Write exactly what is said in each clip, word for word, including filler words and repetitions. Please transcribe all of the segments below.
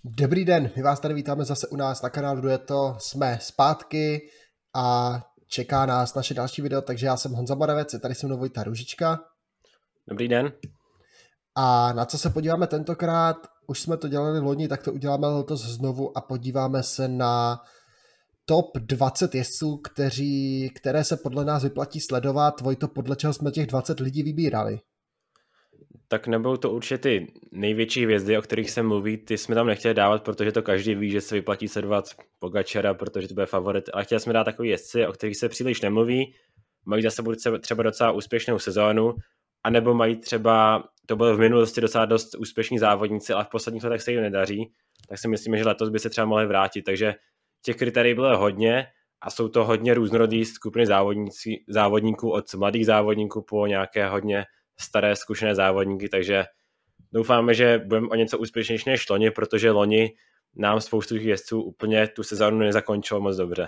Dobrý den, my vás tady vítáme zase u nás na kanálu Dueto, jsme zpátky a čeká nás naše další video, takže já jsem Honza Moravec, je tady se mnou Vojta Růžička. Dobrý den. A na co se podíváme tentokrát, už jsme to dělali loni, tak to uděláme letos znovu a podíváme se na top dvacet jezdců, kteří, které se podle nás vyplatí sledovat. Vojto, podle čeho jsme těch dvacet lidí vybírali? Tak nebudou to určitě ty největší hvězdy, o kterých se mluví, ty jsme tam nechtěli dávat, protože to každý ví, že se vyplatí sledovat Pogačara, protože to bude favorit, ale chtěli jsme dát takový jezdci, o kterých se příliš nemluví, mají za sebou třeba docela úspěšnou sezónu, anebo mají třeba, to bylo v minulosti docela dost úspěšní závodníci, ale v posledních letech se jim nedaří, tak si myslíme, že letos by se třeba mohli vrátit, takže těch kritérií bylo hodně a jsou to hodně různorodý skupiny závodníků, od mladých závodníků po nějaké hodně staré zkušené závodníky, takže doufáme, že budeme o něco úspěšnější než loni, protože loni nám spoustu těch jezdců úplně tu sezónu nezakončilo moc dobře.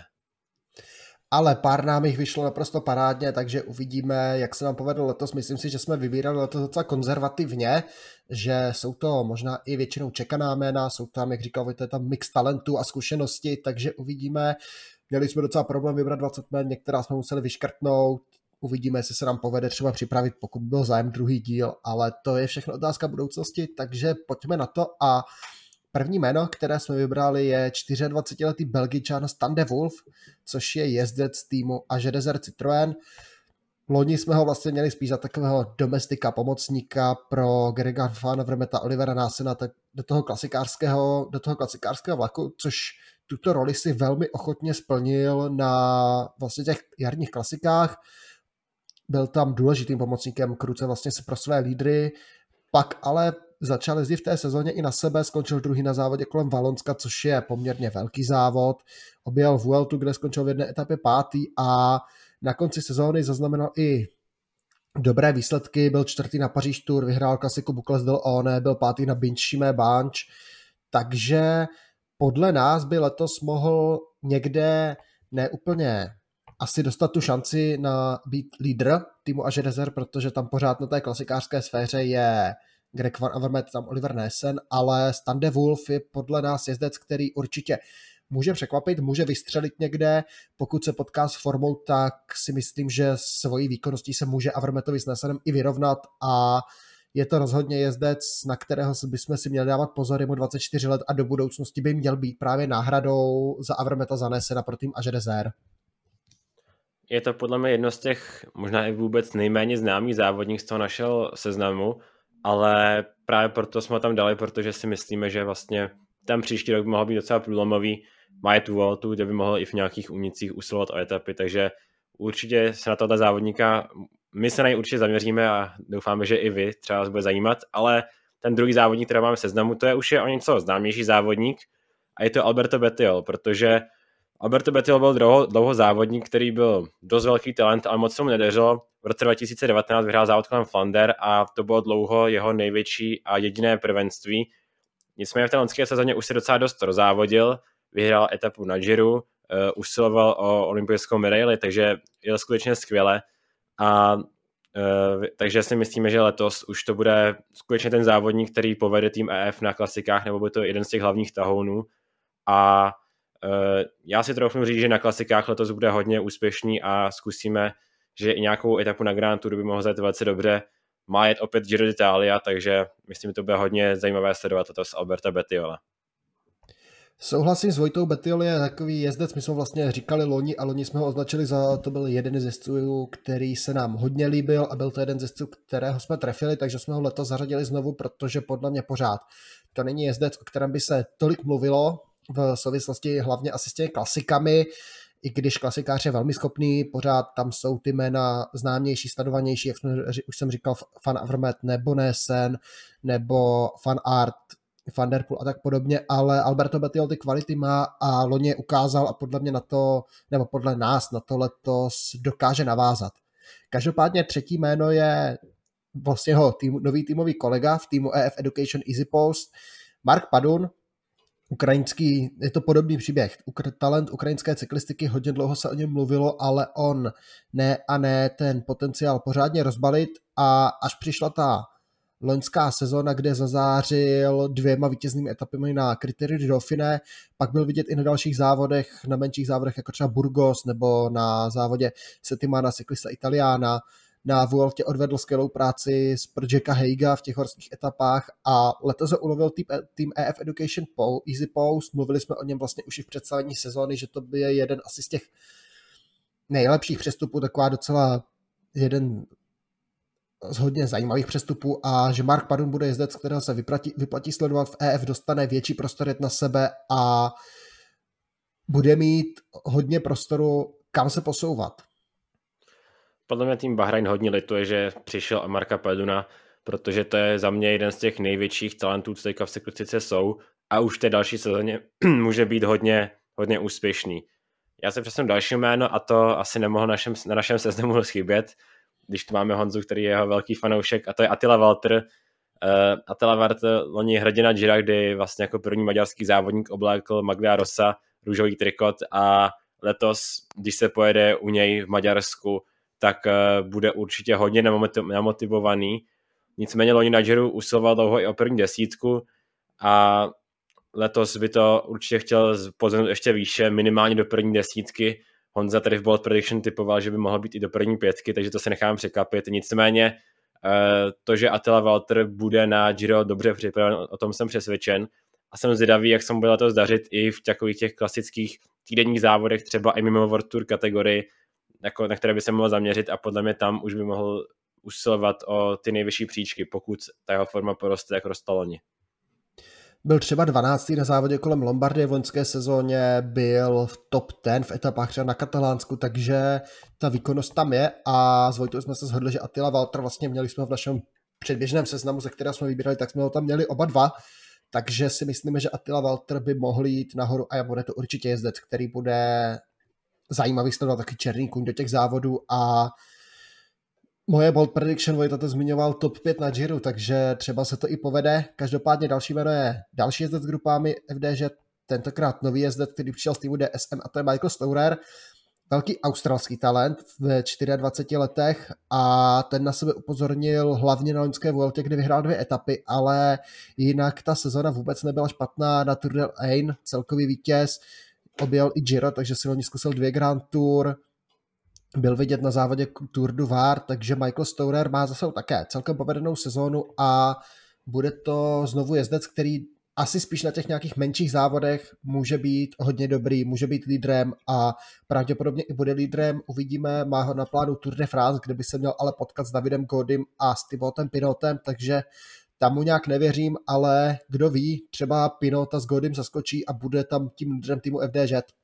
Ale pár nám jich vyšlo naprosto parádně, takže uvidíme, jak se nám povedlo letos. Myslím si, že jsme vybírali letos docela konzervativně, že jsou to možná i většinou čekaná jména, jsou tam, jak říkal Vojta, tam mix talentů a zkušenosti, takže uvidíme. Měli jsme docela problém vybrat dvacet jmén, některá jsme museli vyškrtnout. Uvidíme, jestli se nám povede třeba připravit, pokud byl zájem druhý díl, ale to je všechno otázka budoucnosti, takže pojďme na to. A první jméno, které jsme vybrali, je dvacetičtyřletý Belgičan Stan de Wolf, což je jezdec týmu A G Desert Citroën. Loni jsme ho vlastně měli spíš za takového domestika, pomocníka pro Grega Van Avermaeta, Olivera Naessena, tak do toho klasikářského, do toho klasikářského vlaku, což tuto roli si velmi ochotně splnil na vlastně těch jarních klasikách. Byl tam důležitým pomocníkem Kruce vlastně pro své lídry, pak ale začal jezdit v té sezóně i na sebe, skončil druhý na závodě kolem Valonska, což je poměrně velký závod, objel Vueltu, kde skončil v jedné etapě pátý a na konci sezóny zaznamenal i dobré výsledky, byl čtvrtý na Paříž Tour, vyhrál klasiku Boucles d'Or, byl pátý na Binche Banche, takže podle nás by letos mohl někde neúplně asi dostat tu šanci na být lídr týmu A G Desert, protože tam pořád na té klasikářské sféře je Greg Van Avermaet, tam Oliver Naesen, ale Stan de Wolf je podle nás jezdec, který určitě může překvapit, může vystřelit někde, pokud se potká s formou, tak si myslím, že svojí výkonností se může Avermaetovi s Naesenem i vyrovnat a je to rozhodně jezdec, na kterého bychom si měli dávat pozor, je mu dvacet čtyři let a do budoucnosti by měl být právě náhradou za Avermaeta, za Naesena pro tým A G Desert. Je to podle mě jedno z těch možná i vůbec nejméně známý závodník z toho našeho seznamu, ale právě proto jsme ho tam dali, protože si myslíme, že vlastně tam příští rok by mohl být docela průlomový, má je tu Vueltu, kde by mohl i v nějakých únicích usilovat o etapy, takže určitě se na tohle závodníka, my se na něj určitě zaměříme a doufáme, že i vy třeba vás bude zajímat, ale ten druhý závodník, který máme v seznamu, to je už je o něco známější závodník a je to Alberto Bettiol, protože Alberto Bettiol byl dlouho, dlouho závodník, který byl dost velký talent, ale moc se mu nedařilo. V roce dva tisíce devatenáct vyhrál závod kolem Flander a to bylo dlouho jeho největší a jediné prvenství. Nicméně v té loňské sezóně už se docela dost rozávodil, vyhrál etapu na Giro, uh, usiloval o olympijskou medaili, takže jel skutečně skvěle. A uh, takže si myslíme, že letos už to bude skutečně ten závodník, který povede tým E F na klasikách, nebo bude to jeden z těch hlavních tahounů. A já si troufnu říct, že na klasikách letos bude hodně úspěšný a zkusíme, že i nějakou etapu na Grand Tour by mohl zajít velice dobře. Má jet opět Giro d'Italia, takže myslím, že to bude hodně zajímavé sledovat letos Alberta Bettiola. Souhlasím s Vojtou, Bettiol je takový jezdec, my jsme vlastně říkali loni a loni jsme ho označili za, to byl jeden z jezdců, který se nám hodně líbil a byl to jeden z jezdců, kterého jsme trefili, takže jsme ho letos zařadili znovu, protože podle mě pořád to není jezdec, o kterém by se tolik mluvilo, v souvislosti hlavně asi s těmi klasikami, i když klasikář je velmi schopný, pořád tam jsou ty jména známější, sledovanější, jak jsme, už jsem říkal, Van Avermaet nebo Naesen, nebo Van Aert, Van der Poel a tak podobně, ale Alberto Bettiol ty kvality má a loni je ukázal a podle mě na to, nebo podle nás na to letos dokáže navázat. Každopádně třetí jméno je vlastně jeho tým, nový týmový kolega v týmu E F Education EasyPost, Mark Padun, ukrajinský, je to podobný příběh, talent ukrajinské cyklistiky, hodně dlouho se o něm mluvilo, ale on ne a ne ten potenciál pořádně rozbalit a až přišla ta loňská sezóna, kde zazářil dvěma vítěznými etapami na Critérium du Dauphiné, pak byl vidět i na dalších závodech, na menších závodech, jako třeba Burgos, nebo na závodě Settimana Ciclista Italiana. Na Vueltě odvedl skvělou práci z Jacka Haiga v těch horských etapách a letos ho ulovil tým, tým E F Education Easy Post. Mluvili jsme o něm vlastně už i v představení sezóny, že to je jeden asi z těch nejlepších přestupů, taková docela jeden z hodně zajímavých přestupů a že Mark Padun bude jezdec, kterého se vyplatí, vyplatí sledovat v E F, dostane větší prostor na sebe a bude mít hodně prostoru, kam se posouvat. Podle mě tým Bahrain hodně lituje, že přišel Marka Paduna, protože to je za mě jeden z těch největších talentů, co teďka v cyklistice jsou a už v té další sezóně může být hodně, hodně úspěšný. Já se přesunu další jméno a to asi nemohl našem, na našem seznamu chybět, když tu máme Honzu, který je jeho velký fanoušek, a to je Attila Valter. Uh, Attila Valter loni hrdina Gira, kdy vlastně jako první maďarský závodník oblékl Maglia Rosa růžový trikot a letos, když se pojede u něj v Maďarsku, tak uh, bude určitě hodně namotivovaný. Nicméně loni na Giru usiloval dlouho i o první desítku a letos by to určitě chtěl pozvednout ještě výše, minimálně do první desítky. Honza tady v Bold Prediction typoval, že by mohl být i do první pětky, takže to se nechám překvapit. Nicméně to, že Attila Valter bude na Giro dobře připraven, o tom jsem přesvědčen. A jsem zvědavý, jak se mu bude to zdařit i v takových těch klasických týdenních závodech, třeba i mimo World Tour kategorii, jako, na které by se mohl zaměřit a podle mě tam už by mohl usilovat o ty nejvyšší příčky, pokud ta jeho forma poroste, jak rostla loni. Byl třeba dvanáctý na závodě kolem Lombardie v loňské sezóně, byl v top deset v etapách třeba na Katalánsku, takže ta výkonnost tam je a s Vojtou jsme se shodli, že Attila Valter vlastně měli jsme v našem předběžném seznamu, ze kterého jsme vybírali, tak jsme ho tam měli oba dva, takže si myslíme, že Attila Valter by mohl jít nahoru a bude to určitě jezdec, který bude zajímavý sledovat taky černý kůň do těch závodů a moje bold prediction, Vojta to zmiňoval, top pět na Giro, takže třeba se to i povede. Každopádně další jméno je další jezdec s grupami F D Ž, tentokrát nový jezdec, který přišel z týmu D S M a to je Michael Storer, velký australský talent ve dvaceti čtyřech letech a ten na sebe upozornil hlavně na loňské Vueltě, kde vyhrál dvě etapy, ale jinak ta sezona vůbec nebyla špatná. Na Tour de Ain celkový vítěz, objel i Giro, takže si loni zkusil dvě Grand Tour, byl vidět na závodě Tour du Var, takže Michael Storer má zase také celkem povedenou sezónu a bude to znovu jezdec, který asi spíš na těch nějakých menších závodech může být hodně dobrý, může být lídrem a pravděpodobně i bude lídrem. Uvidíme, má ho na plánu Tour de France, kde by se měl ale potkat s Davidem Godym a s Thibaudem Pinotem, takže tam mu nějak nevěřím, ale kdo ví, třeba Pinota s Godym zaskočí a bude tam tím lídrem týmu F D Ž.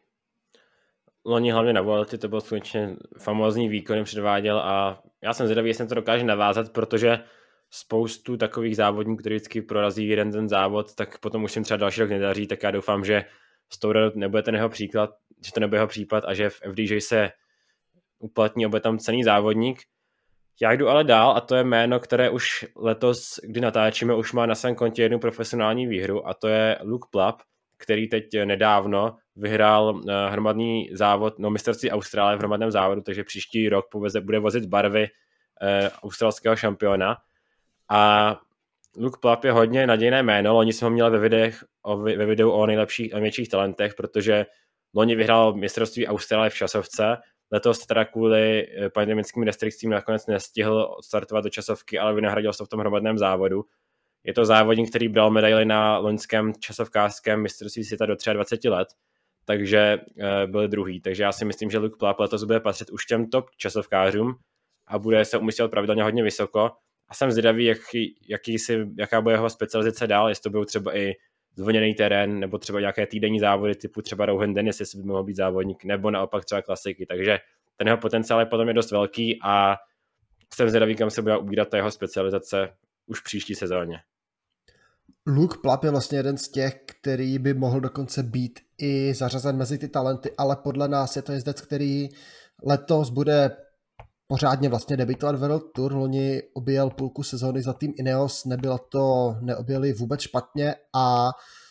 Loni hlavně na Vuelty to byl skutečně famózní výkon, předváděl a já jsem zvědavý, jestli to dokáže navázat, protože spoustu takových závodníků, který vždycky prorazí jeden ten závod, tak potom už jim třeba další rok nedaří, tak já doufám, že Storer nebude ten jeho příklad, že to nebude jeho případ a že v F D J se uplatní, bude tam cenný závodník. Já jdu ale dál a to je jméno, které už letos, kdy natáčíme, už má na svém kontě jednu profesionální výhru a to je Luke Plapp, který teď nedávno vyhrál hromadný závod, no mistrovství Austrálie v hromadném závodu, takže příští rok poveze, bude vozit barvy eh, australského šampiona. A Luke Plapp je hodně nadějné jméno, loni jsme ho měli ve, videech, o, ve videu o nejlepších a největších talentech, protože loni vyhrál mistrovství Austrálie v časovce, letos teda kvůli pandemickým restrikcím nakonec nestihl startovat do časovky, ale vynahradil se v tom hromadném závodu. Je to závodník, který bral medaili na loňském časovkářském mistrovství světa do dvacet tři let, takže e, byl druhý. Takže já si myslím, že Luke Plapp letos bude patřit už těm top časovkářům a bude se umístět pravidelně hodně vysoko. A jsem zvědavý, jaký, jaký si, jaká bude jeho specializace dál, jestli to byl třeba i zvoněný terén, nebo třeba nějaké týdenní závody typu třeba Rowan Dennis, jestli by mohl být závodník, nebo naopak třeba klasiky. Takže ten jeho potenciál je potom je dost velký a jsem zvědavý, kam se bude ubírat ta jeho specializace už v příští sezóně. Luke Plapp je vlastně jeden z těch, který by mohl dokonce být i zařazen mezi ty talenty, ale podle nás je to jezdec, který letos bude pořádně vlastně debitovat World Tour. Loni objel půlku sezóny za tým Ineos, nebylo to, neobjeli vůbec špatně a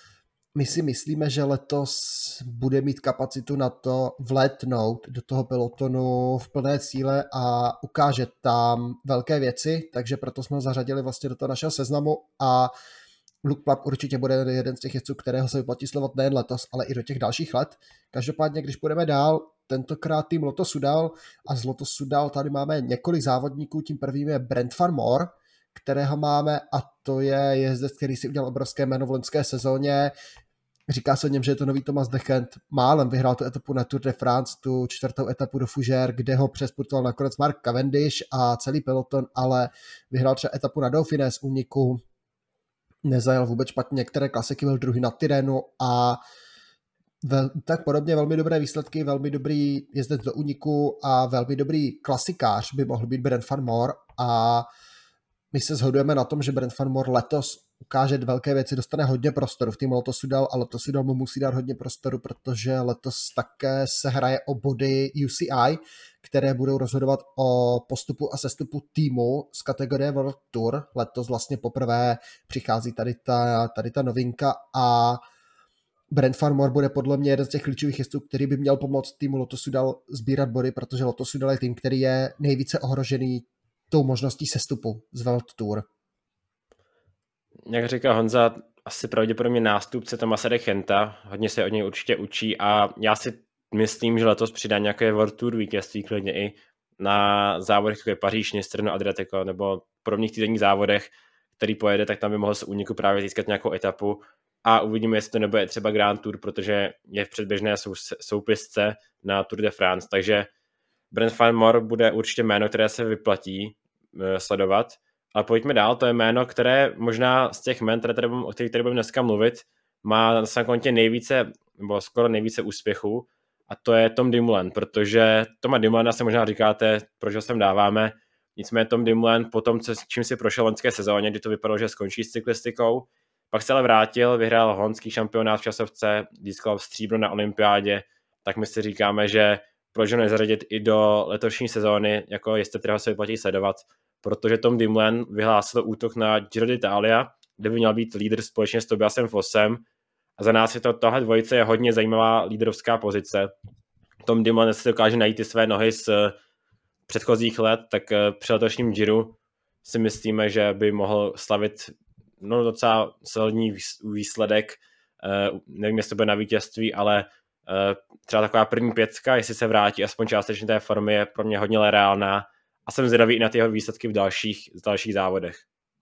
my si myslíme, že letos bude mít kapacitu na to vlétnout do toho pelotonu v plné síle a ukáže tam velké věci, takže proto jsme ho zařadili vlastně do toho našeho seznamu a Luke Plapp určitě bude jeden z těch jezdců, kterého se vyplatí sledovat nejen letos, ale i do těch dalších let. Každopádně, když půjdeme dál, tentokrát tým Lotto Soudal a z Lotto Soudal tady máme několik závodníků, tím prvním je Brent Van Moor, kterého máme a to je jezdec, který si udělal obrovské jméno v loňské sezóně. Říká se o něm, že je to nový Thomas Dechent. Málem vyhrál tu etapu na Tour de France, tu čtvrtou etapu do Fougère, kde ho přespurtoval nakonec Mark Cavendish a celý peloton, ale vyhrál třeba etapu na Dauphiné z úniku. Nezajel vůbec špatně některé klasiky, byl druhý na Tyrenu a vel, tak podobně velmi dobré výsledky, velmi dobrý jezdec do úniku a velmi dobrý klasikář by mohl být Brent Van Moor a my se shodujeme na tom, že Brent Van Moor letos ukáže velké věci, dostane hodně prostoru v týmu Lotto Soudal a Lotto Soudal mu musí dát hodně prostoru, protože letos také se hraje o body U C I, které budou rozhodovat o postupu a sestupu týmu z kategorie World Tour. Letos vlastně poprvé přichází tady ta, tady ta novinka a Brent Van Moor bude podle mě jeden z těch klíčových jezdců, který by měl pomoct týmu Lotto Soudal sbírat body, protože Lotto Soudal je tým, který je nejvíce ohrožený tou možností sestupu z World Tour. Jak říká Honza, asi pravděpodobně nástupce Thomase Dechenta, hodně se od něj určitě učí a já si myslím, že letos přidá nějaké World Tour vítězství klidně i na závodech, jako je Paříž, Nistrano, Adriatico nebo podobných týdenních závodech, který pojede, tak tam by mohl z úniku právě získat nějakou etapu a uvidíme, jestli to nebude třeba Grand Tour, protože je v předběžné sou, soupisce na Tour de France, takže Brent Van Moor bude určitě jméno, které se vyplatí uh, sledovat. Ale pojďme dál, to je jméno, které možná z těch jmén, které tady, o kterých tady budeme dneska mluvit, má na svém kontě nejvíce, nebo skoro nejvíce úspěchů, a to je Tom Dumoulin, protože Toma Dumoulina se možná říkáte, proč ho sem dáváme, nicméně Tom Dumoulin po tom, co, čím si prošel loňské sezóně, kdy to vypadalo, že skončí s cyklistikou, pak se ale vrátil, vyhrál holandský šampionát v časovce, získal stříbro na olympiádě, tak my si říkáme, že proč ho nezařadit i do letošní sezóny, jako jestli kterého se vyplatí sledovat, protože Tom Dumoulin vyhlásil útok na Giro d'Italia, kde by měl být lídr společně s Tobiasem Fossem a za nás je to tohle dvojice je hodně zajímavá lídrovská pozice. Tom Dumoulin si dokáže najít ty své nohy z předchozích let, tak při letošním Giro si myslíme, že by mohl slavit no, docela silný výsledek, nevím, jestli to bude na vítězství, ale třeba taková první pětka, jestli se vrátí aspoň částečně té formy, je pro mě hodně reálná a jsem zvědavý i na ty jeho výsledky v dalších, v dalších závodech.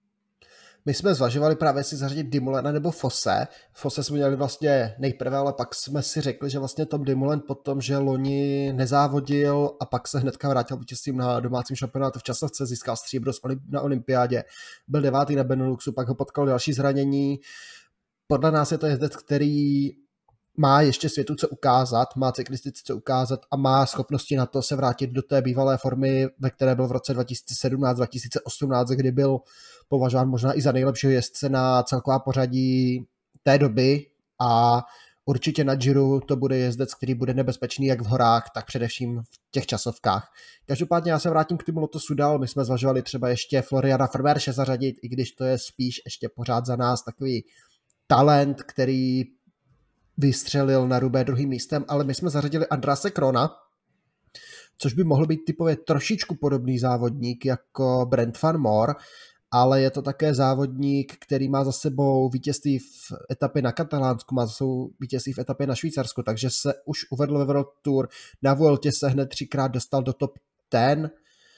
My jsme zvažovali právě si zařadit Dumoulina nebo Fosse. Fosse jsme měli vlastně nejprve, ale pak jsme si řekli, že vlastně Tom Dumoulin po tom, že loni nezávodil a pak se hnedka vrátil vítězstvím na domácím šampionátu v časovce, získal stříbro na olympiádě, byl devátý na Beneluxu, pak ho potkal další zranění. Podle nás je to jezdec, který má ještě světu co ukázat, má cyklistice co ukázat a má schopnosti na to se vrátit do té bývalé formy, ve které byl v roce dva tisíce sedmnáct dva tisíce osmnáct, kdy byl považován možná i za nejlepšího jezdce na celková pořadí té doby a určitě na Giro to bude jezdec, který bude nebezpečný jak v horách, tak především v těch časovkách. Každopádně já se vrátím k týmu Lotto Soudal, my jsme zvažovali třeba ještě Floriana Vermeerše zařadit, i když to je spíš ještě pořád za nás takový talent, který vystřelil na Roubaix druhým místem, ale my jsme zařadili Andrase Krona, což by mohl být typově trošičku podobný závodník jako Brent Van Moor, ale je to také závodník, který má za sebou vítězství v etapě na Katalánsku, má za sebou vítězství v etapě na Švýcarsku, takže se už uvedl ve World Tour, na Vueltě se hned třikrát dostal do top deset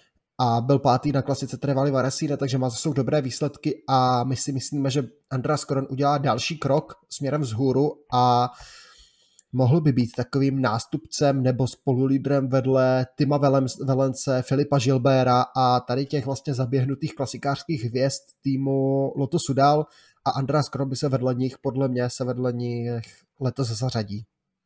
a byl pátý na klasice Trevali Varesine, takže má za sebou dobré výsledky a my si myslíme, že Andras Kron udělá další krok směrem vzhůru a mohl by být takovým nástupcem nebo spolulídrem vedle Tima Velence, Filipa Gilbera a tady těch vlastně zaběhnutých klasikářských hvězd týmu Lotto Soudal a Andras Kron by se vedle nich, podle mě se vedle nich letos zařadí.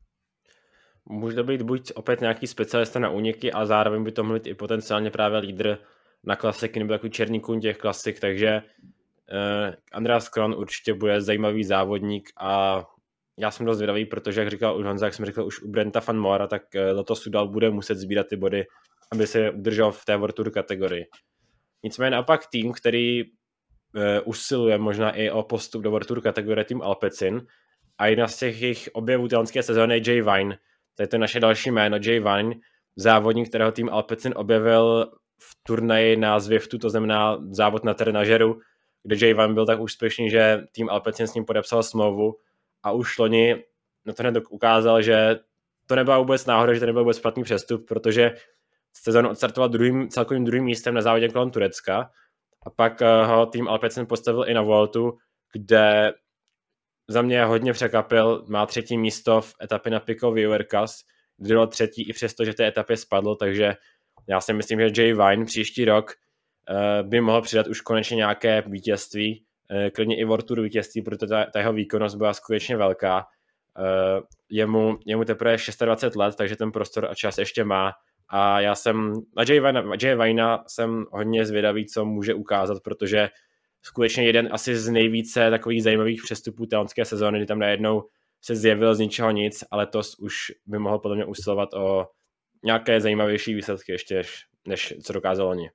Může to být buď opět nějaký specialista na úniky, ale zároveň by to mohl být i potenciálně právě lídr na klasiky nebo takový černý kůň těch klasik, takže uh, Andreas Kron určitě bude zajímavý závodník a já jsem dost zvědavý, protože jak říkal už Honza, jak jsem říkal už u Brenta Van Moora, tak uh, Lotto Soudal bude muset sbírat ty body, aby se udržel v té World Tour kategorii. Nicméně naopak tým, který uh, usiluje možná i o postup do World Tour kategorie, tým Alpecin, a jedna z těch jejich objevů talentské sezóny je Jay Vine. To je to naše další jméno, Jay Vine, závodník, kterého tým Alpecin objevil v turnaji na Zwiftu, to znamená závod na trenažeru, kde Jay Vine byl tak úspěšný, že tým Alpecin s ním podepsal smlouvu a už loni na to hned ukázal, že to nebyla vůbec náhoda, že to nebyl vůbec špatný přestup, protože sezónu odstartoval druhým, celkovým druhým místem na závodě kolem Turecka a pak ho tým Alpecin postavil i na Vueltu, kde za mě hodně překvapil, má třetí místo v etapě na Pico Viewerkas, kde byl třetí i přesto, že v té etapě spadl, takže já si myslím, že Jay Vine příští rok uh, by mohl přidat už konečně nějaké vítězství, uh, klidně i World Tour vítězství, protože ta, ta jeho výkonnost byla skutečně velká. Uh, jemu, jemu teprve dvacet šest let, takže ten prostor a čas ještě má a já jsem na Jay Vine, Jay Vinea jsem hodně zvědavý, co může ukázat, protože skutečně jeden asi z nejvíce takových zajímavých přestupů talentské sezóny, kdy tam najednou se zjevil z ničeho nic, ale letos už by mohl podle mě usilovat o nějaké zajímavější výsledky ještě, než co dokázal oni.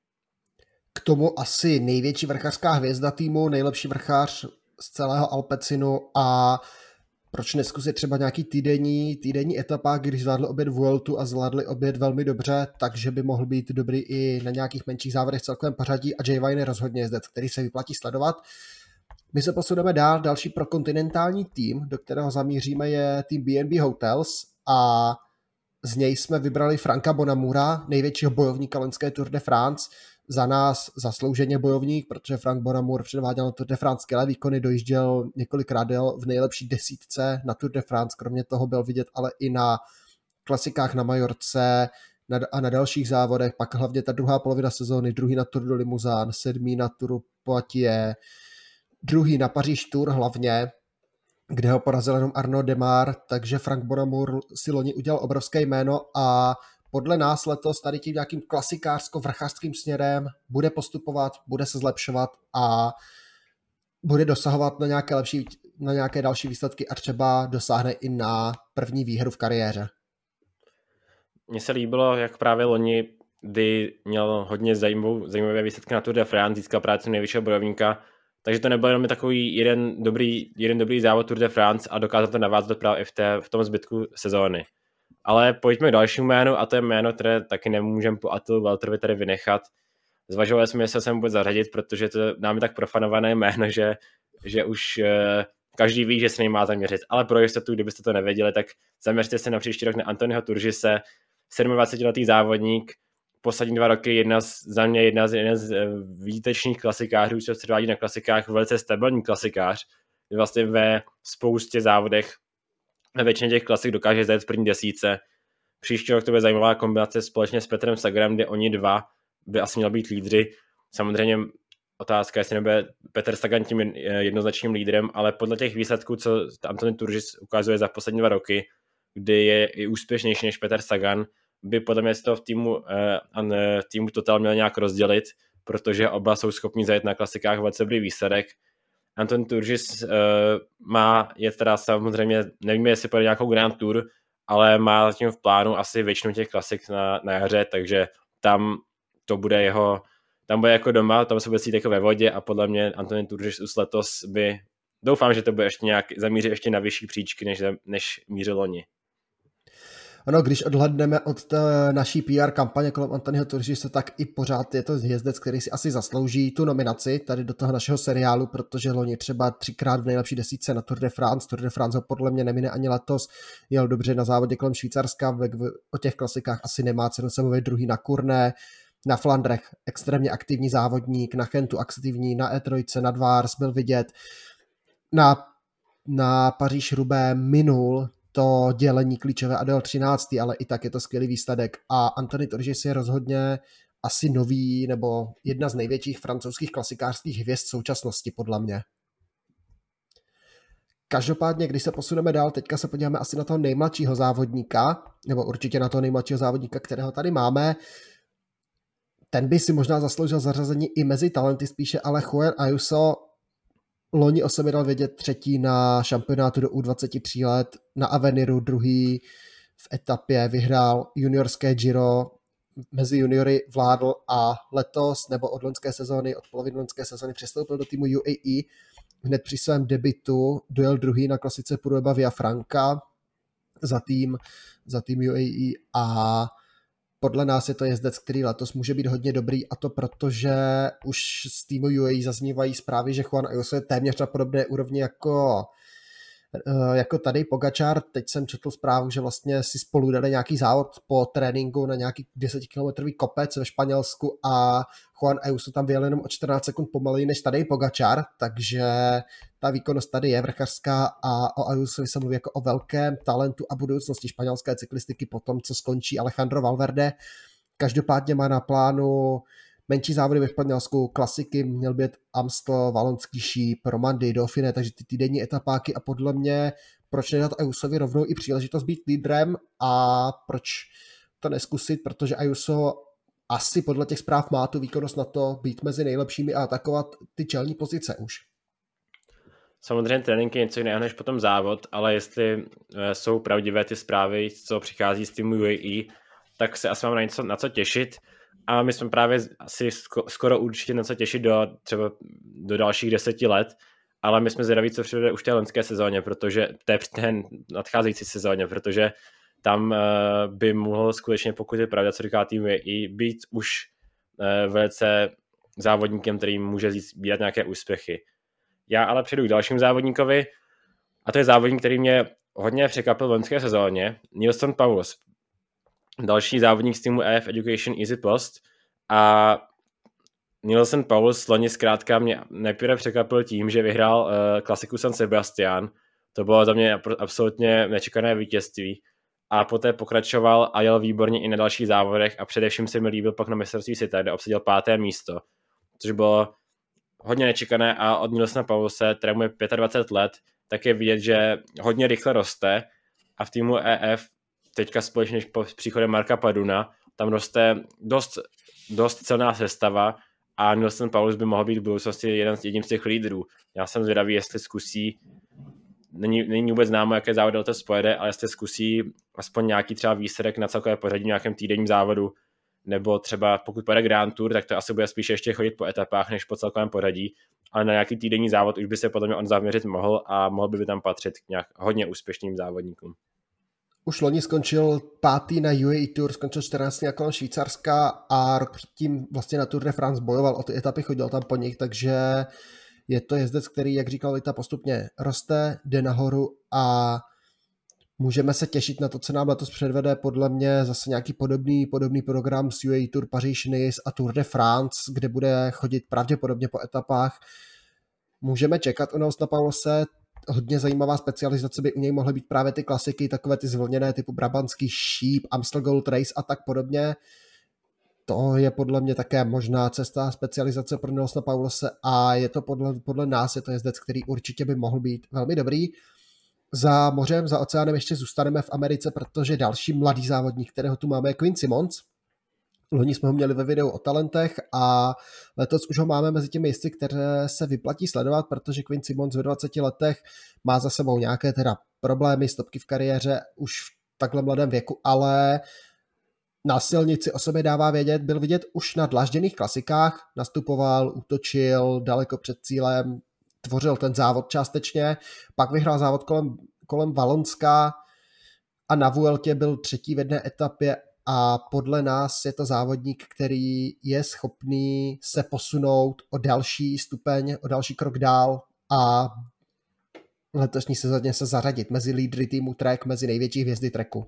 K tomu asi největší vrchařská hvězda týmu, nejlepší vrchař z celého Alpecinu a proč neskusit třeba nějaký týdenní, týdenní etapa, když zvládli obět Vueltu a zvládli obět velmi dobře, takže by mohl být dobrý i na nějakých menších závodech v celkovém pořadí a Jay Vine je rozhodně jezdec, který se vyplatí sledovat. My se posuneme dál, další prokontinentální tým, do kterého zamíříme, je tým B and B Hotels a z něj jsme vybrali Franka Bonamura, největšího bojovníka loňské Tour de France. Za nás zaslouženě bojovník, protože Frank Bonamur předváděl na Tour de France skvělé výkony, dojížděl několikrát v nejlepší desítce na Tour de France, kromě toho byl vidět ale i na klasikách na Majorce a na dalších závodech, pak hlavně ta druhá polovina sezóny, druhý na Tour de Limousin, sedmý na Tour Poitiers, druhý na Paříž Tour hlavně, kde ho porazil jenom Arnaud Démare, takže Frank Bonamur si loni udělal obrovské jméno a podle nás letos tady tím nějakým klasikářsko-vrchařským směrem bude postupovat, bude se zlepšovat a bude dosahovat na nějaké, lepší, na nějaké další výsledky a třeba dosáhne i na první výhru v kariéře. Mně se líbilo, jak právě loni, kdy měl hodně zajímavou, zajímavé výsledky na Tour de France, získal právě co nejvyššího bojovníka, takže to nebyl jenom takový jeden dobrý, jeden dobrý závod Tour de France a dokázal to navázat právě i v, té, v tom zbytku sezóny. Ale pojďme k dalšímu jménu a to je jméno, které taky nemůžeme po Attilu Valterovi tady vynechat. Zvažovali jsme, jestli se sem vůbec zařadit, protože to nám je tak profanované jméno, že, že už uh, každý ví, že se nejmá zaměřit. Ale pro jistotu, kdybyste to nevěděli, tak zaměřte se na příští rok na Anthonyho Turgise, sedmadvacetiletý závodník, poslední dva roky jedna z, za mě jedna z, jedna z výtečných klasikářů, co se předvádí na klasikách, velice stabilní klasikář, kdy vlastně ve spoustě závodech ve většině těch klasik dokáže zajet v první desítce. Příští rok to bude zajímavá kombinace společně s Petrem Saganem, kde oni dva by asi měli být lídři. Samozřejmě otázka, jestli nebude Petr Sagan tím jednoznačným lídrem, ale podle těch výsledků, co Anthony Turgis ukazuje za poslední dva roky, kdy je i úspěšnější než Petr Sagan, by podle mě to v týmu, v týmu Total měl nějak rozdělit, protože oba jsou schopni zajet na klasikách velice dobrý výsledek. Anthony Turgis uh, má, je teda samozřejmě, nevíme, jestli pojede nějakou Grand Tour, ale má zatím v plánu asi většinu těch klasik na, na jaře, takže tam to bude jeho, tam bude jako doma, tam se bude cítit jako ve vodě a podle mě Anthony Turgis už letos by, doufám, že to bude ještě nějak zamířit ještě na vyšší příčky, než, než mířil loni. Ano, když odhledneme od té naší P R kampaně kolem Anthonyho Turgise, tak i pořád je to hvězdec, který si asi zaslouží tu nominaci tady do toho našeho seriálu, protože loni třeba třikrát v nejlepší desítce na Tour de France. Tour de France ho podle mě nemine ani letos. Jel dobře na závodě kolem Švýcarska, v, v, o těch klasikách asi nemá cenu se mluvit, druhý na Courné, na Flandrech extrémně aktivní závodník, na Chentu aktivní, na E tři, na Dvars byl vidět, na, na Paříž-Roubaix minul to dělení klíčové a dal třináctý, ale i tak je to skvělý výsledek a Anthony Turgis je rozhodně asi nový nebo jedna z největších francouzských klasikářských hvězd současnosti podle mě. Každopádně, když se posuneme dál, teďka se podíváme asi na toho nejmladšího závodníka, nebo určitě na toho nejmladšího závodníka, kterého tady máme. Ten by si možná zasloužil zařazení i mezi talenty spíše, ale Juan Ayuso loni o sobě dal vědět třetí na šampionátu do U dvacet tři let, na Aveniru druhý v etapě, vyhrál juniorské Giro, mezi juniory vládl a letos nebo od loňské sezóny, od poloviny loňské sezóny přestoupil do týmu U A E hned při svém debutu dojel druhý na klasice Prueba Villafranca za tým, za tým U A E a podle nás je to jezdec, který letos může být hodně dobrý, a to proto, že už z týmu U A E zaznívají zprávy, že Juan Ayuso je téměř na podobné úrovni jako jako tady Pogačar. Teď jsem četl zprávu, že vlastně si spolu dali nějaký závod po tréninku na nějaký desetikilometrový kopec ve Španělsku a Juan Ayuso tam vyjel jenom o čtrnáct sekund pomaleji než tady Pogačar, takže ta výkonnost tady je vrchařská a o Ayusovi se mluví jako o velkém talentu a budoucnosti španělské cyklistiky po tom, co skončí Alejandro Valverde. Každopádně má na plánu menší závody ve Španělsku, klasiky, měl být Amstel, Valonský šíp, Romandie, Dauphiné, takže ty týdenní etapáky a podle mě proč nedat Ayusovi rovnou i příležitost být lídrem a proč to neskusit, protože Ayuso asi podle těch zpráv má tu výkonnost na to být mezi nejlepšími a atakovat ty čelní pozice už. Samozřejmě trénink je něco jiného než potom závod, ale jestli jsou pravdivé ty zprávy, co přichází z týmu U A E, tak se asi mám na něco na co těšit. A my jsme právě asi skoro určitě na co těšit do třeba do dalších deseti let, ale my jsme zvědaví, co přijde už v té loňské sezóně, protože to je ten nadcházející sezóně, protože tam uh, by mohl skutečně, pokud je pravda, co říká tým, i být už uh, velice závodníkem, který může sbírat nějaké úspěchy. Já ale přejdu k dalším závodníkovi, a to je závodník, který mě hodně překvapil v loňské sezóně, Neilson Powless. Další závodník z týmu E F Education Easy Post, a Neilson Powless loni zkrátka mě nejprve překvapil tím, že vyhrál uh, klasiku San Sebastian. To bylo za mě absolutně nečekané vítězství. A poté pokračoval a jel výborně i na dalších závodech a především se mi líbil pak na mistrovství světa, kde obsadil páté místo, což bylo hodně nečekané, a od Neilsona Powlesse, kterému je dvacet pět let, tak je vidět, že hodně rychle roste a v týmu E F teďka společně po příchodem Marka Paduna tam roste dost, dost silná sestava a Neilson Powless by mohl být v budoucnosti jeden z, jedním z těch lídrů. Já jsem zvědavý, jestli zkusí, není, není vůbec známo, jaké závody letos pojede, ale jestli zkusí aspoň nějaký třeba výsledek na celkové pořadí v nějakém týdenním závodu, nebo třeba pokud pojede Grand Tour, tak to asi bude spíše ještě chodit po etapách, než po celkovém pořadí, ale na nějaký týdenní závod už by se podle mě on zaměřit mohl a mohl by tam patřit k nějak hodně úspěšným závodníkům. Už loni skončil pátý na U A E Tour, skončil čtrnáctý na kolem Švýcarska a rok předtím vlastně na Tour de France bojoval o ty etapy, chodil tam po nich, takže je to jezdec, který, jak říkal Vita, postupně roste, jde nahoru a můžeme se těšit na to, co nám letos předvede. Podle mě zase nějaký podobný, podobný program s U A E Tour Paříž-Nice a Tour de France, kde bude chodit pravděpodobně po etapách. Můžeme čekat u nás na Powlesse. Hodně zajímavá specializace by u něj mohly být právě ty klasiky, takové ty zvlněné typu Brabantský šíp, Amstel Gold Race a tak podobně. To je podle mě také možná cesta specializace pro Neilsona Powlesse a je to podle, podle nás je to jezdec, který určitě by mohl být velmi dobrý. Za mořem, za oceánem ještě zůstaneme v Americe, protože další mladý závodník, kterého tu máme, je Quinn Simmons. Loni jsme ho měli ve videu o talentech a letos už ho máme mezi těmi jezdci, které se vyplatí sledovat, protože Quinn Simmons ve dvaceti letech má za sebou nějaké teda problémy, stopky v kariéře už v takhle mladém věku, ale na silnici o sobě dává vědět, byl vidět už na dlažděných klasikách, nastupoval, útočil daleko před cílem, tvořil ten závod částečně, pak vyhrál závod kolem, kolem Valonska a na Vueltě byl třetí v jedné etapě a podle nás je to závodník, který je schopný se posunout o další stupeň, o další krok dál a letošní sezóně se zařadit mezi lídry týmu Trek, mezi největší hvězdy Treku.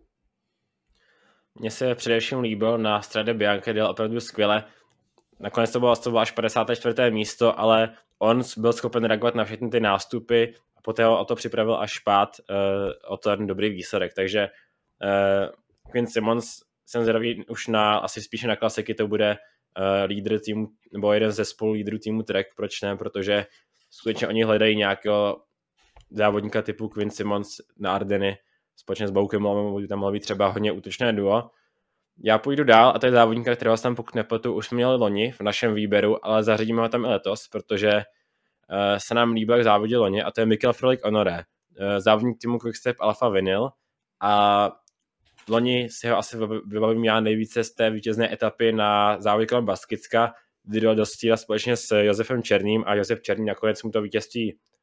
Mně se především líbil na Strade Bianche, dělal opravdu skvěle. Nakonec to bylo, to bylo až padesáté čtvrté místo, ale on byl schopen reagovat na všechny ty nástupy a poté ho o to připravil až špát uh, o ten dobrý výsledek. Takže uh, Quinn Simmons jsem zvědavý už na, asi spíše na klasiky, to bude uh, lídr týmu, nebo jeden ze spolulídrů týmu Trek, proč ne, protože skutečně oni hledají nějakého závodníka typu Quinn Simmons na Ardeny, společně s Boukem, by tam mohlo být třeba hodně útočné duo. Já půjdu dál a to je závodníka, kterého jsem pokud nepletu, už jsme měli loni v našem výběru, ale zařadíme ho tam i letos, protože uh, se nám líbil, jak závodil loni, a to je Mikel Frolik Honoré, uh, závodník týmu Quickstep Alpha Vinyl, a loni si ho asi vybavím já nejvíce z té vítězné etapy na závodě kolem Baskicka, kdy dal do stíla společně s Josefem Černým a Josef Černý nakonec mu to vítězství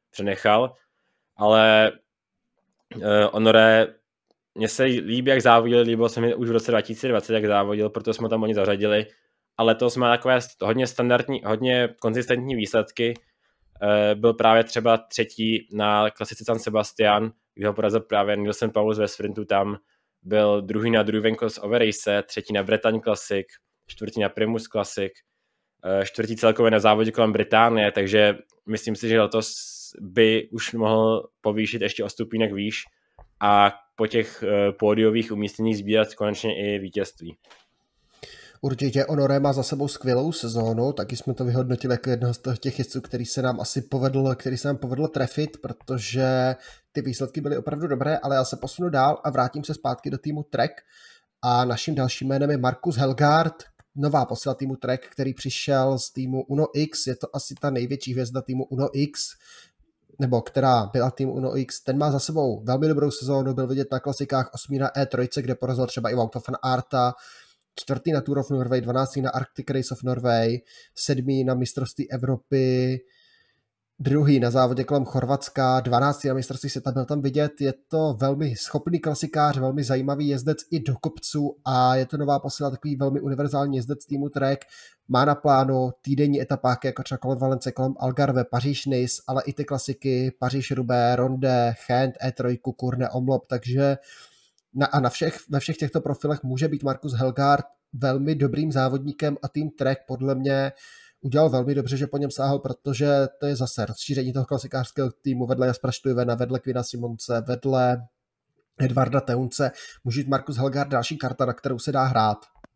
přenechal, ale uh, Honoré, mně se líbí, jak závodil, líbilo se mi už v roce dva tisíce dvacet, jak závodil, proto jsme tam oni zařadili, ale to jsme takové hodně standardní, hodně konzistentní výsledky. Uh, byl právě třeba třetí na klasice San Sebastian, kde ho porazil právě Nilsen Paulus ve sprintu tam, byl druhý na Druvenkos Over Race, třetí na Bretagne Classic, čtvrtý na Primus Classic, čtvrtý celkově na závodě kolem Británie, takže myslím si, že letos by už mohl povýšit ještě o stupínek výš a po těch pódiových umístěních sbírat konečně i vítězství. Určitě Honoré má za sebou skvělou sezónu, taky jsme to vyhodnotili jako jednoho z těch jezdců, který se nám asi povedl, který se nám povedlo trefit, protože ty výsledky byly opravdu dobré, ale já se posunu dál a vrátím se zpátky do týmu Trek a naším dalším jménem je Markus Helgaard, nová posila týmu Trek, který přišel z týmu Uno X, je to asi ta největší hvězda týmu Uno X, nebo která byla tým Uno X, ten má za sebou velmi dobrou sezónu, byl vidět na klasikách, osmý na E tři, kde porazil třeba i Wout van Aerta, čtvrtý na Tour of Norway, dvanáctý na Arctic Race of Norway, sedmý na mistrovství Evropy, druhý na závodě kolem Chorvatska, dvanáctý na mistrovství světa, byl tam vidět, je to velmi schopný klasikář, velmi zajímavý jezdec i do kopců a je to nová posila, takový velmi univerzální jezdec týmu Trek, má na plánu týdenní etapáky, jako třeba kolem Valence, kolem Algarve, Paříž-Nice, ale i ty klasiky Paříž-Roubaix, Ronde, Gent, E tři, Kurne, Omlop, takže na, a na všech, ve všech těchto profilech může být Markus Helgaard velmi dobrým závodníkem a tým Trek podle mě udělal velmi dobře, že po něm sáhl, protože to je zase rozšíření toho klasikářského týmu vedle Jaspera Stuyvena, vedle Quina Simonse, vedle Edvarda Teunce. Může být Markus Helgaard další karta, na kterou se dá hrát.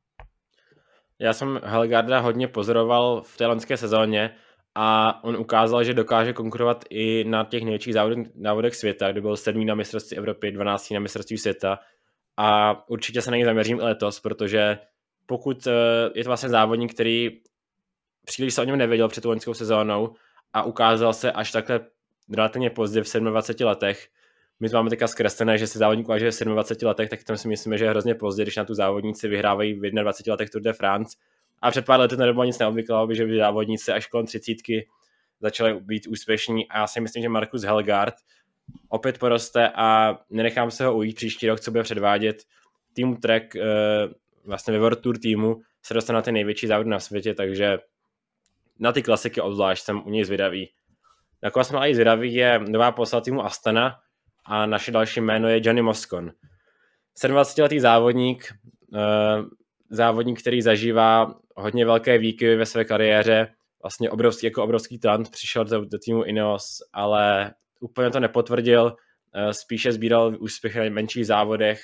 Já jsem Helgaarda hodně pozoroval v té loňské sezóně a on ukázal, že dokáže konkurovat i na těch největších závodech světa, kdy byl sedmý na mistrovství Evropy, dvanáctý na mistrovství světa a určitě se na něj zaměřím i letos, protože pokud je to vlastně závodník, který příliš se o něm nevěděl před tu loňskou sezónou a ukázal se až takhle relativně pozdě v dvaceti sedmi letech. My to máme teďka zkreslené, že se závodník ukáže v dvaceti sedmi letech, tak tam si myslíme, že je hrozně pozdě, když na tu závodníci vyhrávají v dvaceti jedné letech Tour de France. A před pár lety to nebylo nic neobvyklého, že by závodníci až kolem třicítky začali být úspěšní a já si myslím, že Markus Helgaard opět poroste a nenechám se ho ujít příští rok, co bude předvádět. Tým Trek vlastně ve World Tour týmu se dostane na ty největší závody na světě, takže na ty klasiky obzvlášť jsem u něj zvědavý. Jako jsme ale i zvědavý je nová posila týmu Astana a naše další jméno je Gianni Moscon. sedmdvacetiletý závodník, závodník, který zažívá hodně velké výkyvy ve své kariéře, vlastně obrovský, jako obrovský talent, přišel do, do týmu Ineos, ale úplně to nepotvrdil, spíše sbíral úspěchy na menších závodech,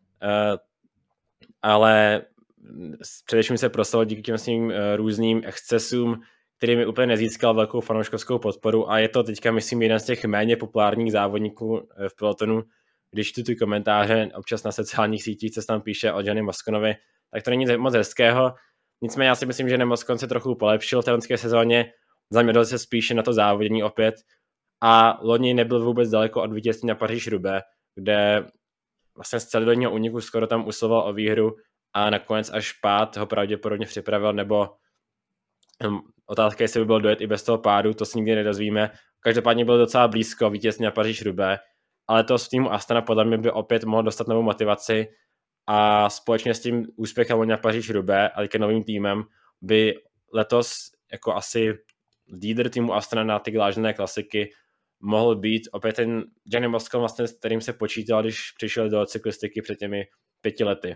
ale především se proslavil díky těm svým různým excesům, kterými úplně nezískal velkou fanouškovskou podporu a je to teďka, myslím, jeden z těch méně populárních závodníků v pelotonu. Když tu ty komentáře občas na sociálních sítích, co se tam píše o Gianni Mosconovi, tak to není moc hezkého. Nicméně já si myslím, že Moscon se trochu polepšil v té loňské sezóně, zaměřil se spíše na to závodění opět a loni nebyl vůbec daleko od vítězství na Paříž-Roubaix, kde vlastně z celodenního úniku skoro tam usiloval o výhru a nakonec až pád ho pravděpodobně připravil, nebo otázka, jestli by byl dojet i bez toho pádu, to si nikdy nedozvíme. Každopádně byl docela blízko vítězství na Paříž-Roubaix, ale to s týmu Astana podle mě by opět mohl dostat novou motivaci a společně s tím úspěchem na Paříž-Roubaix a také novým týmem by letos jako asi lídr týmu Astana na ty glážené klasiky mohl být opět ten Gianni Moscon, vlastně, s kterým se počítal, když přišel do cyklistiky před těmi pěti lety.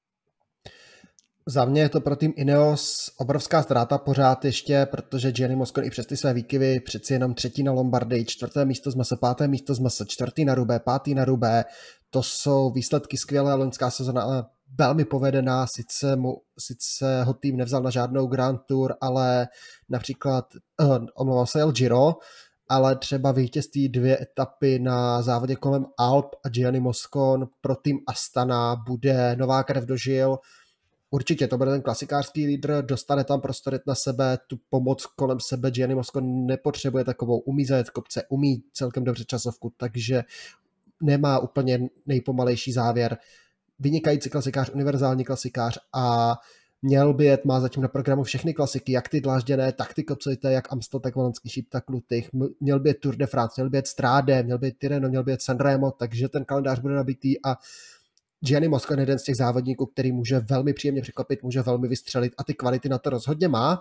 Za mě je to pro tým Ineos obrovská ztráta pořád ještě, protože Gianni Moscon i přes ty své výkyvy přeci jenom třetí na Lombardii, čtvrté místo z Mese, páté místo z Mese, čtvrtý na Roubaix, pátý na Roubaix. To jsou výsledky skvělé, loňská sezona, ale velmi povedená, sice, mu, sice ho tým nevzal na žádnou Grand Tour, ale například, uh, omlouvám se, El Giro, ale třeba vítězství dvě etapy na závodě kolem Alp a Gianni Moscon pro tým Astana bude nová krev do žil. Určitě to bude ten klasikářský lídr, dostane tam prostor na sebe, tu pomoc kolem sebe. Gianni Moscon nepotřebuje takovou, umí zajet kopce, umí celkem dobře časovku, takže nemá úplně nejpomalejší závěr. Vynikající klasikář, univerzální klasikář a měl by jet, má zatím na programu všechny klasiky, jak ty dlážděné, tak ty kopcovité, jak Amstel, tak Valonský šíp, tak Lutych, měl by jet Tour de France, měl by jet Stráde, měl by jet Tirreno, měl by jet Sanremo, takže ten kalendář bude nabitý a Gianni Moscon je jeden z těch závodníků, který může velmi příjemně překvapit, může velmi vystřelit a ty kvality na to rozhodně má.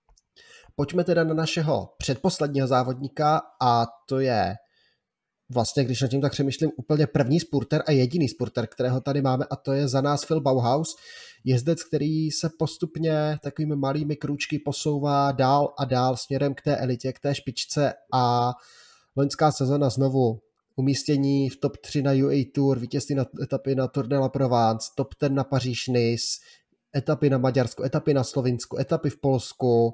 Pojďme teda na našeho předposledního závodníka a to je vlastně, když nad tím tak přemýšlím, úplně první spurter a jediný spurter, kterého tady máme a to je za nás Phil Bauhaus, jezdec, který se postupně takovými malými krůčky posouvá dál a dál směrem k té elitě, k té špičce a loňská sezona znovu umístění v top tři na U A Tour, vítězství na etapy na Tour de la Provence, top deset na Paříž-Nice, etapy na Maďarsku, etapy na Slovinsku, etapy v Polsku,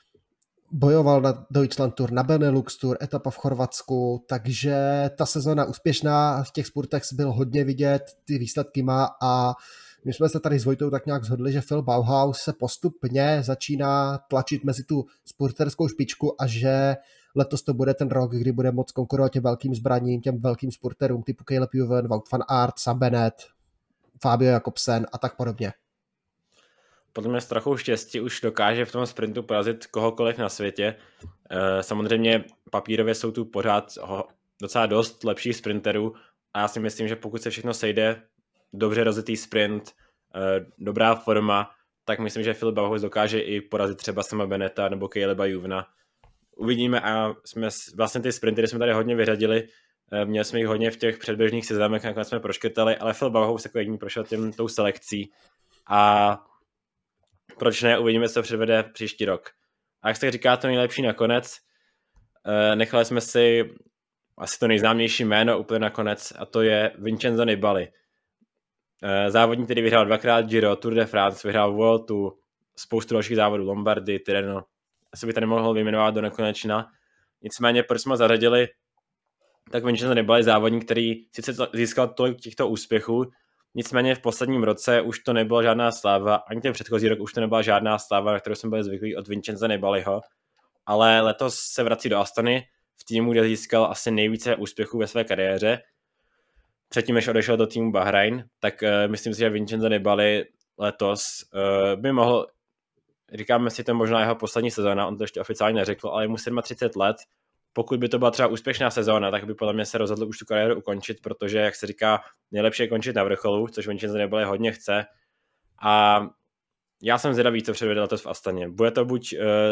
bojoval na Deutschland Tour, na Benelux Tour, etapa v Chorvatsku, takže ta sezona úspěšná, v těch spurtech byl hodně vidět, ty výsledky má a my jsme se tady s Vojtou tak nějak shodli, že Phil Bauhaus se postupně začíná tlačit mezi tu spurterskou špičku a že letos to bude ten rok, kdy bude moc konkurovat těm velkým zbraním, těm velkým spurterům typu Caleb Ewan, Wout van Aert, Sam Bennett, Fabio Jakobsen a tak podobně. Podle mě s trochou štěstí už dokáže v tom sprintu porazit kohokoliv na světě. Samozřejmě papírově jsou tu pořád docela dost lepších sprinterů a já si myslím, že pokud se všechno sejde, dobře rozjetý sprint, dobrá forma, tak myslím, že Phil Bauhaus dokáže i porazit třeba Sama Bennetta nebo Caleba Ewena. Uvidíme a jsme vlastně ty sprintery jsme tady hodně vyřadili, měli jsme jich hodně v těch předběžných seznamech, nakonec jsme proškrtali, ale Phil Bauhaus jako jediný prošel tím tou selekcí a proč ne, uvidíme, co předvede příští rok. A jak se říká, to nejlepší nakonec, nechali jsme si asi to nejznámější jméno úplně nakonec a to je Vincenzo Nibali. Závodník, který vyhrál dvakrát Giro, Tour de France, vyhrál Vueltu, spoustu dalších závodů, Lombardy, Tirreno. Asi by to nemohl vyjmenovat do nekonečna. Nicméně, proč jsme ho zařadili, tak Vincenzo Nibali závodník, který sice získal tolik těchto úspěchů, nicméně v posledním roce už to nebyla žádná sláva, ani ten předchozí rok už to nebyla žádná sláva, na kterou jsme byli zvyklí od Vincenza Nibaliho, ale letos se vrací do Astany, v týmu, kde získal asi nejvíce úspěchů ve své kariéře. Předtím, než odešel do týmu Bahrain, tak uh, myslím si, že Vincenzo Nibali letos uh, by mohl, říkáme si, to možná jeho poslední sezóna, on to ještě oficiálně neřekl, ale je mu třicet sedm let. Pokud by to byla třeba úspěšná sezóna, tak by podle mě se rozhodl už tu kariéru ukončit, protože, jak se říká, nejlepší je končit na vrcholu, což Vincenzo Nibali hodně chce. A já jsem zvědavý, co předvede letos v Astaně. Bude to buď,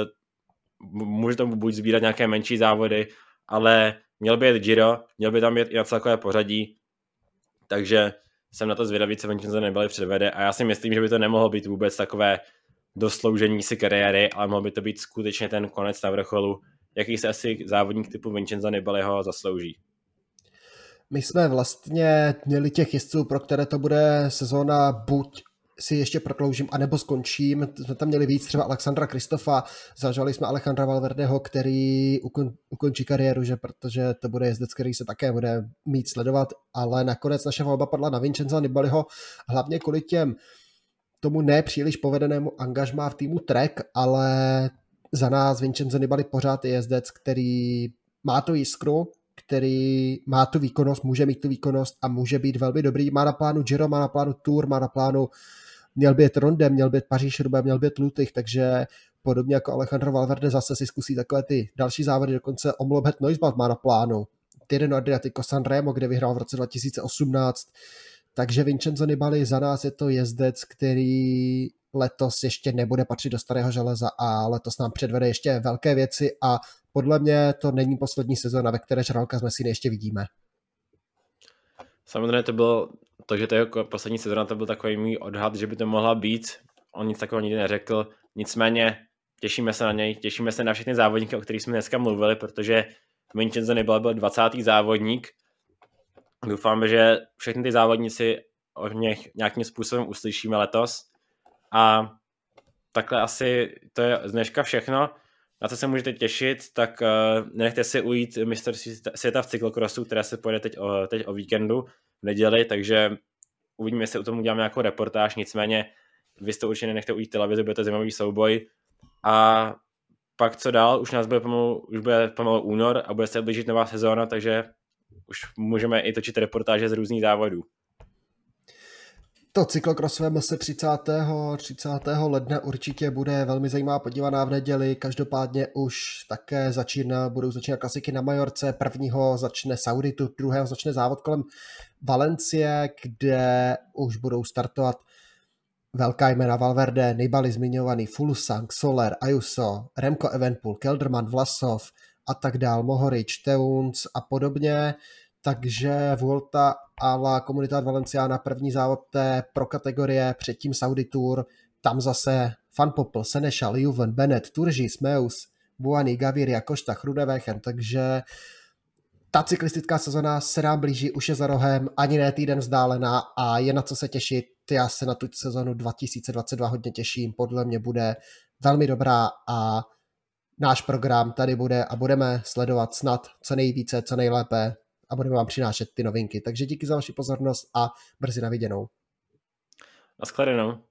uh, může to buď sbírat nějaké menší závody, ale měl by jet Giro, měl by tam jet i na celkové pořadí, takže jsem na to zvědavý, co Vincenzo Nibali předvede a já si myslím, že by to nemohlo být vůbec takové dosloužení si kariéry, ale mohl by to být skutečně ten konec na vrcholu, jaký se asi závodník typu Vincenza Nibaliho zaslouží. My jsme vlastně měli těch jezdců, pro které to bude sezóna buď si ještě prodloužím, anebo skončím. Jsme tam měli víc, třeba Alexandra Kristofa, zažali jsme Alejandra Valverdeho, který ukon, ukončí kariéru, že protože to bude jezdec, který se také bude mít sledovat, ale nakonec naše volba padla na Vincenza Nibaliho, hlavně kvůli těm tomu nepříliš povedenému angažmá v týmu Trek, ale za nás Vincenzo Nibali pořád je jezdec, který má tu jiskru, který má tu výkonnost, může mít tu výkonnost a může být velmi dobrý. Má na plánu Giro, má na plánu Tour, má na plánu měl být Ronde, měl být Paříž-Roubaix, měl být Lutych, takže podobně jako Alejandro Valverde zase si zkusí takové ty další závody, dokonce Omloop Het-Noisbad má na plánu. Tirreno Adriatico Sanremo, kde vyhrál v roce dva tisíce osmnáct. Takže Vincenzo Nibali za nás je to jezdec, který letos ještě nebude patřit do starého železa a letos nám předvede ještě velké věci a podle mě to není poslední sezóna, ve které žralka z Messiny ještě vidíme. Samozřejmě to bylo to, že to je poslední sezóna, to byl takový můj odhad, že by to mohla být. On nic takového nikdy neřekl. Nicméně těšíme se na něj, těšíme se na všechny závodníky, o kterých jsme dneska mluvili, protože Vincenzo Nibali byl dvacátý závodník. Doufáme, že všechny ty závodníci o něch nějakým způsobem uslyšíme letos. A takhle asi to je z dneška všechno. Na co se můžete těšit, tak uh, nenechte si ujít mistrovství světa v cyklokrosu, které se pojede teď o, teď o víkendu v neděli, takže uvidíme, jestli u tomu uděláme nějakou reportáž, nicméně vy jste určitě nenechte ujít televizi, bude to zajímavý souboj. A pak co dál, už nás bude pomalu, už bude pomalu únor a bude se blížit nová sezóna, takže už můžeme i točit reportáže z různých závodů. To cyklokrosové se třicátého ledna určitě bude velmi zajímavá podívaná v neděli. Každopádně už také začíná, budou začínat klasiky na Majorce. Prvního začne Sauditu, druhého začne závod kolem Valencie, kde už budou startovat velká jména Valverde, Nibali zmiňovaný, Fuglsang, Soler, Ayuso, Remco Evenepoel, Kelderman, Vlasov a tak dál, Mohorič, Teuns a podobně. Takže Vuelta a La Comunidad Valenciana, první závod té pro kategorie, předtím Saudi Tour, tam zase Van Poppel, Senechal, Juven, Bennett, Turgis, Meus, Buani, Gaviria, Košta, Groenewegen, takže ta cyklistická sezona se nám blíží, už je za rohem, ani ne týden vzdálená a je na co se těšit. Já se na tu sezonu dva tisíce dvacet dva hodně těším, podle mě bude velmi dobrá a náš program tady bude a budeme sledovat snad co nejvíce, co nejlépe a budeme vám přinášet ty novinky. Takže díky za vaši pozornost a brzy na viděnou. Naschledanou.